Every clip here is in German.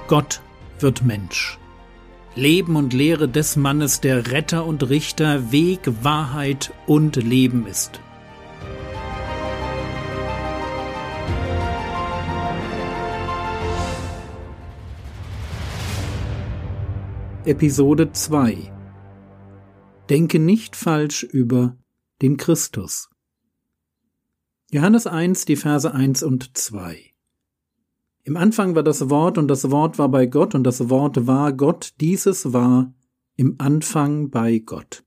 Gott wird Mensch. Leben und Lehre des Mannes, der Retter und Richter, Weg, Wahrheit und Leben ist. Episode 2. Denke nicht falsch über den Christus. Johannes 1, die Verse 1 und 2. Im Anfang war das Wort, und das Wort war bei Gott, und das Wort war Gott. Dieses war im Anfang bei Gott.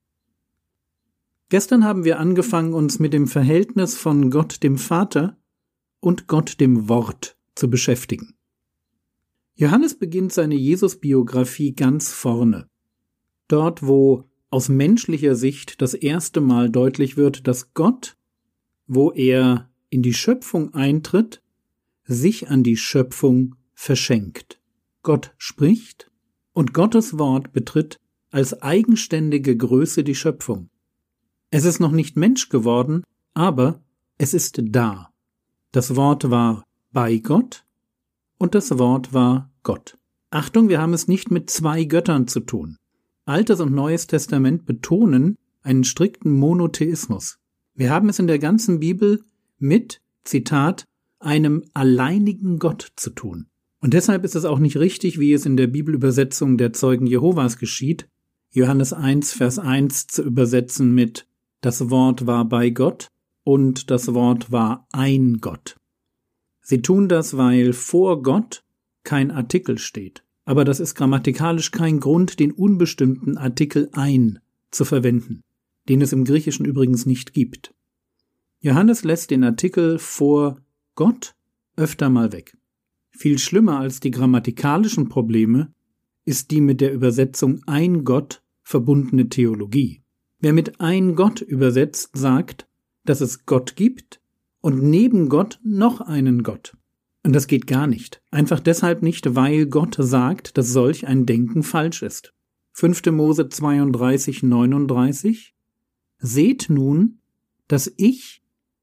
Gestern haben wir angefangen, uns mit dem Verhältnis von Gott dem Vater und Gott dem Wort zu beschäftigen. Johannes beginnt seine Jesus-Biografie ganz vorne. Dort, wo aus menschlicher Sicht das erste Mal deutlich wird, dass Gott, wo er in die Schöpfung eintritt, sich an die Schöpfung verschenkt. Gott spricht und Gottes Wort betritt als eigenständige Größe die Schöpfung. Es ist noch nicht Mensch geworden, aber es ist da. Das Wort war bei Gott und das Wort war Gott. Achtung, wir haben es nicht mit zwei Göttern zu tun. Altes und Neues Testament betonen einen strikten Monotheismus. Wir haben es in der ganzen Bibel mit, Zitat, einem alleinigen Gott zu tun. Und deshalb ist es auch nicht richtig, wie es in der Bibelübersetzung der Zeugen Jehovas geschieht, Johannes 1, Vers 1 zu übersetzen mit das Wort war bei Gott und das Wort war ein Gott. Sie tun das, weil vor Gott kein Artikel steht. Aber das ist grammatikalisch kein Grund, den unbestimmten Artikel ein zu verwenden, den es im Griechischen übrigens nicht gibt. Johannes lässt den Artikel vor Gott öfter mal weg. Viel schlimmer als die grammatikalischen Probleme ist die mit der Übersetzung ein Gott verbundene Theologie. Wer mit ein Gott übersetzt, sagt, dass es Gott gibt und neben Gott noch einen Gott. Und das geht gar nicht. Einfach deshalb nicht, weil Gott sagt, dass solch ein Denken falsch ist. 5. Mose 32, 39. Seht nun, dass ich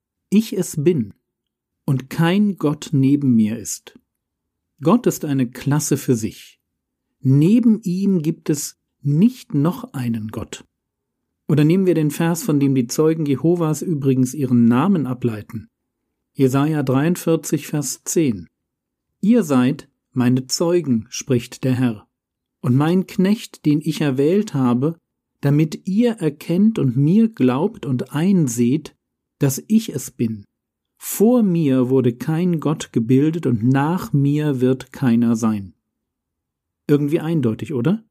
es bin und kein Gott neben mir ist. Gott ist eine Klasse für sich. Neben ihm gibt es nicht noch einen Gott. Oder nehmen wir den Vers, von dem die Zeugen Jehovas übrigens ihren Namen ableiten. Jesaja 43, Vers 10. Ihr seid meine Zeugen, spricht der Herr, und mein Knecht, den ich erwählt habe, damit ihr erkennt und mir glaubt und einseht, dass ich es bin. Vor mir wurde kein Gott gebildet und nach mir wird keiner sein. Irgendwie eindeutig, oder?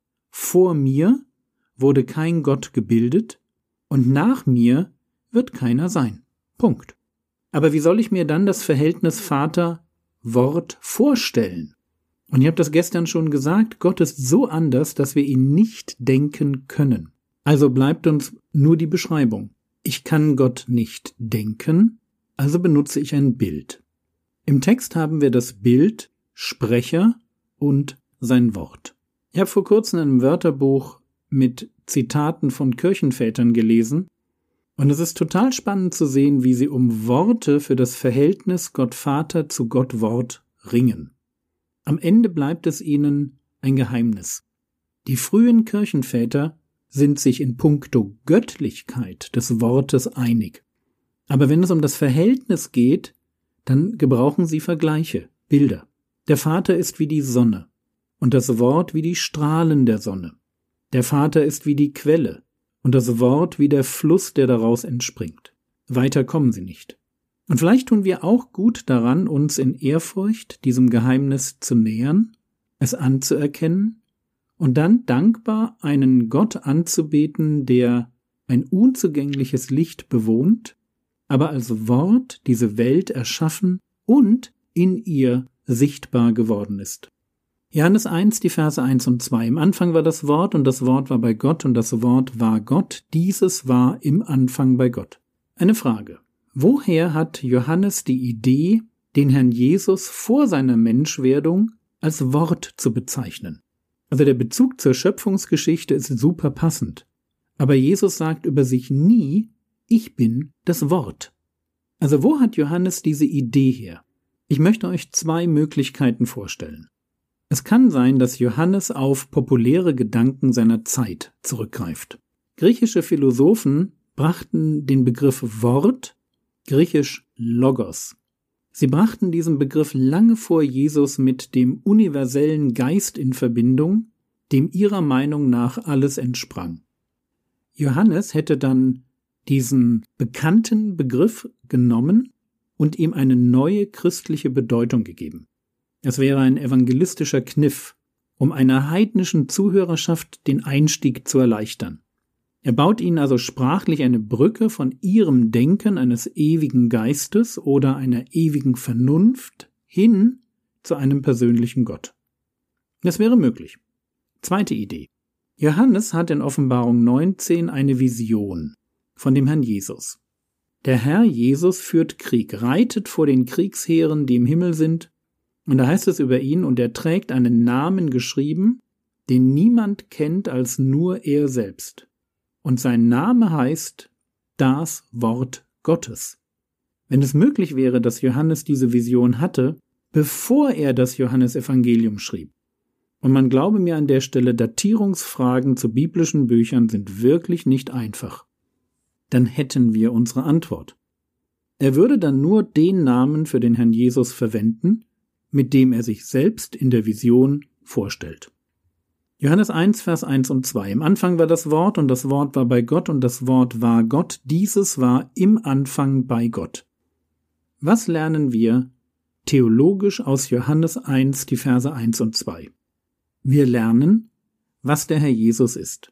Vor mir wurde kein Gott gebildet und nach mir wird keiner sein. Punkt. Aber wie soll ich mir dann das Verhältnis Vater-Wort vorstellen? Und ich habe das gestern schon gesagt, Gott ist so anders, dass wir ihn nicht denken können. Also bleibt uns nur die Beschreibung. Ich kann Gott nicht denken, also benutze ich ein Bild. Im Text haben wir das Bild Sprecher und sein Wort. Ich habe vor kurzem ein Wörterbuch mit Zitaten von Kirchenvätern gelesen und es ist total spannend zu sehen, wie sie um Worte für das Verhältnis Gott Vater zu Gott Wort ringen. Am Ende bleibt es ihnen ein Geheimnis. Die frühen Kirchenväter sind sich in puncto Göttlichkeit des Wortes einig. Aber wenn es um das Verhältnis geht, dann gebrauchen sie Vergleiche, Bilder. Der Vater ist wie die Sonne und das Wort wie die Strahlen der Sonne. Der Vater ist wie die Quelle und das Wort wie der Fluss, der daraus entspringt. Weiter kommen sie nicht. Und vielleicht tun wir auch gut daran, uns in Ehrfurcht diesem Geheimnis zu nähern, es anzuerkennen und dann dankbar einen Gott anzubeten, der ein unzugängliches Licht bewohnt, aber als Wort diese Welt erschaffen und in ihr sichtbar geworden ist. Johannes 1, die Verse 1 und 2. Im Anfang war das Wort und das Wort war bei Gott und das Wort war Gott. Dieses war im Anfang bei Gott. Eine Frage. Woher hat Johannes die Idee, den Herrn Jesus vor seiner Menschwerdung als Wort zu bezeichnen? Also der Bezug zur Schöpfungsgeschichte ist super passend. Aber Jesus sagt über sich nie, ich bin das Wort. Also wo hat Johannes diese Idee her? Ich möchte euch zwei Möglichkeiten vorstellen. Es kann sein, dass Johannes auf populäre Gedanken seiner Zeit zurückgreift. Griechische Philosophen brachten den Begriff Wort, griechisch Logos. Sie brachten diesen Begriff lange vor Jesus mit dem universellen Geist in Verbindung, dem ihrer Meinung nach alles entsprang. Johannes hätte dann diesen bekannten Begriff genommen und ihm eine neue christliche Bedeutung gegeben. Es wäre ein evangelistischer Kniff, um einer heidnischen Zuhörerschaft den Einstieg zu erleichtern. Er baut ihnen also sprachlich eine Brücke von ihrem Denken eines ewigen Geistes oder einer ewigen Vernunft hin zu einem persönlichen Gott. Das wäre möglich. Zweite Idee. Johannes hat in Offenbarung 19 eine Vision von dem Herrn Jesus. Der Herr Jesus führt Krieg, reitet vor den Kriegsheeren, die im Himmel sind, und da heißt es über ihn, und er trägt einen Namen geschrieben, den niemand kennt als nur er selbst. Und sein Name heißt das Wort Gottes. Wenn es möglich wäre, dass Johannes diese Vision hatte, bevor er das Johannesevangelium schrieb, und man glaube mir an der Stelle, Datierungsfragen zu biblischen Büchern sind wirklich nicht einfach, dann hätten wir unsere Antwort. Er würde dann nur den Namen für den Herrn Jesus verwenden, mit dem er sich selbst in der Vision vorstellt. Johannes 1, Vers 1 und 2. Im Anfang war das Wort, und das Wort war bei Gott, und das Wort war Gott. Dieses war im Anfang bei Gott. Was lernen wir theologisch aus Johannes 1, die Verse 1 und 2? Wir lernen, was der Herr Jesus ist.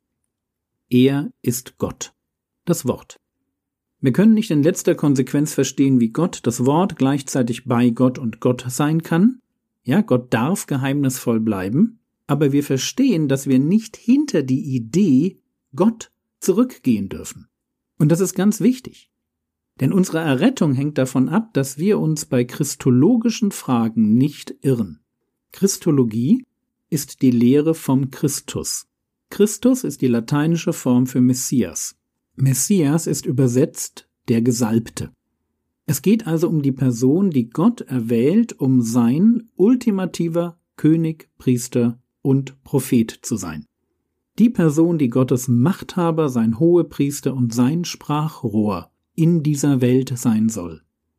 Er ist Gott, das Wort. Wir können nicht in letzter Konsequenz verstehen, wie Gott, das Wort, gleichzeitig bei Gott und Gott sein kann. Ja, Gott darf geheimnisvoll bleiben, aber wir verstehen, dass wir nicht hinter die Idee Gott zurückgehen dürfen. Und das ist ganz wichtig. Denn unsere Errettung hängt davon ab, dass wir uns bei christologischen Fragen nicht irren. Christologie ist die Lehre vom Christus. Christus ist die lateinische Form für Messias. Messias ist übersetzt der Gesalbte. Es geht also um die Person, die Gott erwählt, um sein ultimativer König, Priester und Prophet zu sein. Die Person, die Gottes Machthaber, sein Hohepriester und sein Sprachrohr in dieser Welt sein soll.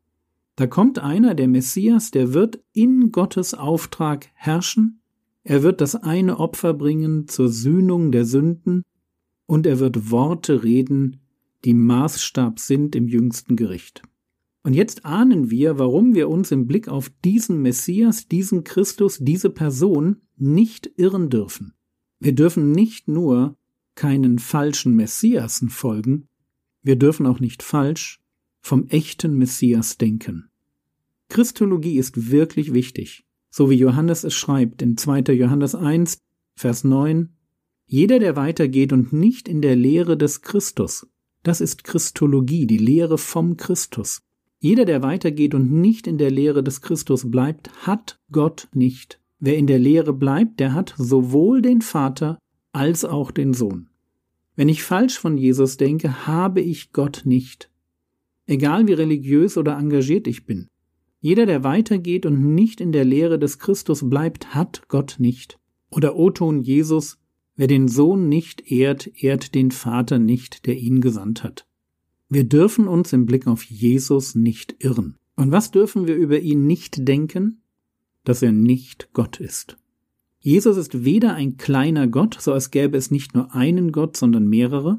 Da kommt einer, der Messias, der wird in Gottes Auftrag herrschen, er wird das eine Opfer bringen zur Sühnung der Sünden, und er wird Worte reden, die Maßstab sind im jüngsten Gericht. Und jetzt ahnen wir, warum wir uns im Blick auf diesen Messias, diesen Christus, diese Person nicht irren dürfen. Wir dürfen nicht nur keinen falschen Messiasen folgen, wir dürfen auch nicht falsch vom echten Messias denken. Christologie ist wirklich wichtig, so wie Johannes es schreibt in 2. Johannes 1, Vers 9, Jeder, der weitergeht und nicht in der Lehre des Christus, das ist Christologie, die Lehre vom Christus. Jeder, der weitergeht und nicht in der Lehre des Christus bleibt, hat Gott nicht. Wer in der Lehre bleibt, der hat sowohl den Vater als auch den Sohn. Wenn ich falsch von Jesus denke, habe ich Gott nicht. Egal wie religiös oder engagiert ich bin. Jeder, der weitergeht und nicht in der Lehre des Christus bleibt, hat Gott nicht. Oder O-Ton Jesus, wer den Sohn nicht ehrt, ehrt den Vater nicht, der ihn gesandt hat. Wir dürfen uns im Blick auf Jesus nicht irren. Und was dürfen wir über ihn nicht denken? Dass er nicht Gott ist. Jesus ist weder ein kleiner Gott, so als gäbe es nicht nur einen Gott, sondern mehrere.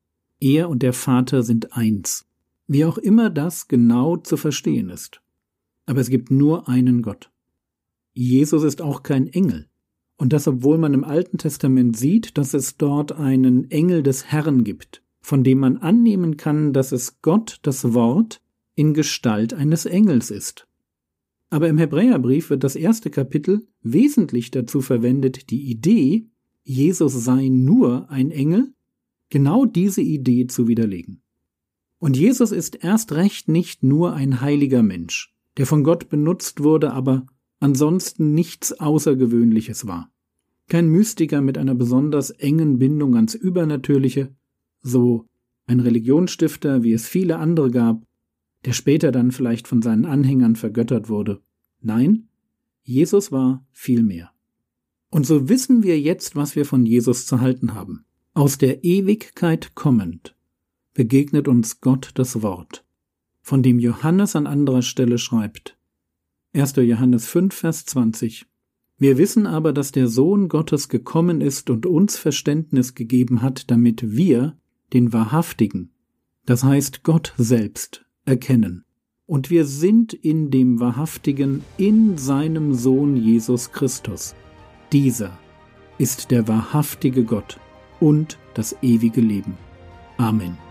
Er und der Vater sind eins. Wie auch immer das genau zu verstehen ist. Aber es gibt nur einen Gott. Jesus ist auch kein Engel. Und das, obwohl man im Alten Testament sieht, dass es dort einen Engel des Herrn gibt, von dem man annehmen kann, dass es Gott, das Wort, in Gestalt eines Engels ist. Aber im Hebräerbrief wird das 1. Kapitel wesentlich dazu verwendet, die Idee, Jesus sei nur ein Engel, genau diese Idee zu widerlegen. Und Jesus ist erst recht nicht nur ein heiliger Mensch, der von Gott benutzt wurde, aber ansonsten nichts Außergewöhnliches war. Kein Mystiker mit einer besonders engen Bindung ans Übernatürliche, so ein Religionsstifter, wie es viele andere gab, der später dann vielleicht von seinen Anhängern vergöttert wurde. Nein, Jesus war viel mehr. Und so wissen wir jetzt, was wir von Jesus zu halten haben. Aus der Ewigkeit kommend begegnet uns Gott das Wort, von dem Johannes an anderer Stelle schreibt. 1. Johannes 5, Vers 20. Wir wissen aber, dass der Sohn Gottes gekommen ist und uns Verständnis gegeben hat, damit wir den Wahrhaftigen, das heißt Gott selbst, erkennen. Und wir sind in dem Wahrhaftigen, in seinem Sohn Jesus Christus. Dieser ist der wahrhaftige Gott und das ewige Leben. Amen.